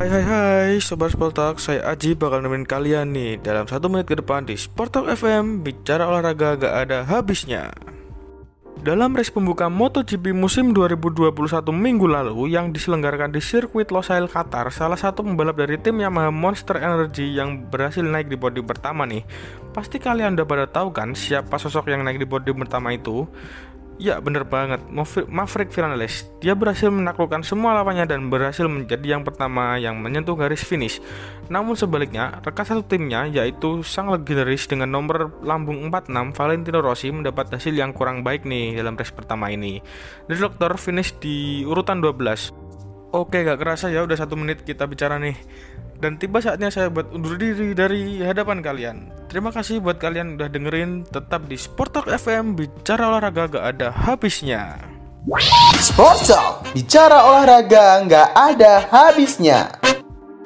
Hai Sobat Sportalk, saya Aji bakal nemenin kalian nih dalam 1 menit ke depan di Sportalk FM. Bicara olahraga gak ada habisnya. Dalam race pembuka MotoGP musim 2021 minggu lalu yang diselenggarakan di sirkuit Losail, Qatar, salah satu pembalap dari tim Yamaha Monster Energy yang berhasil naik di podium pertama nih. Pasti kalian udah pada tahu kan siapa sosok yang naik di podium pertama itu? Ya bener banget, Maverick Vinales. Dia berhasil menaklukkan semua lawannya dan berhasil menjadi yang pertama yang menyentuh garis finish. Namun sebaliknya, rekan satu timnya yaitu sang legendaris dengan nomor lambung 46 Valentino Rossi mendapat hasil yang kurang baik nih dalam race pertama ini. The Doctor finish di urutan 12. Oke, gak kerasa ya udah 1 menit kita bicara nih. Dan tiba saatnya saya buat undur diri dari hadapan kalian. Terima kasih buat kalian udah dengerin. Tetap di Sportalk FM, bicara olahraga gak ada habisnya. Sportalk, bicara olahraga nggak ada habisnya.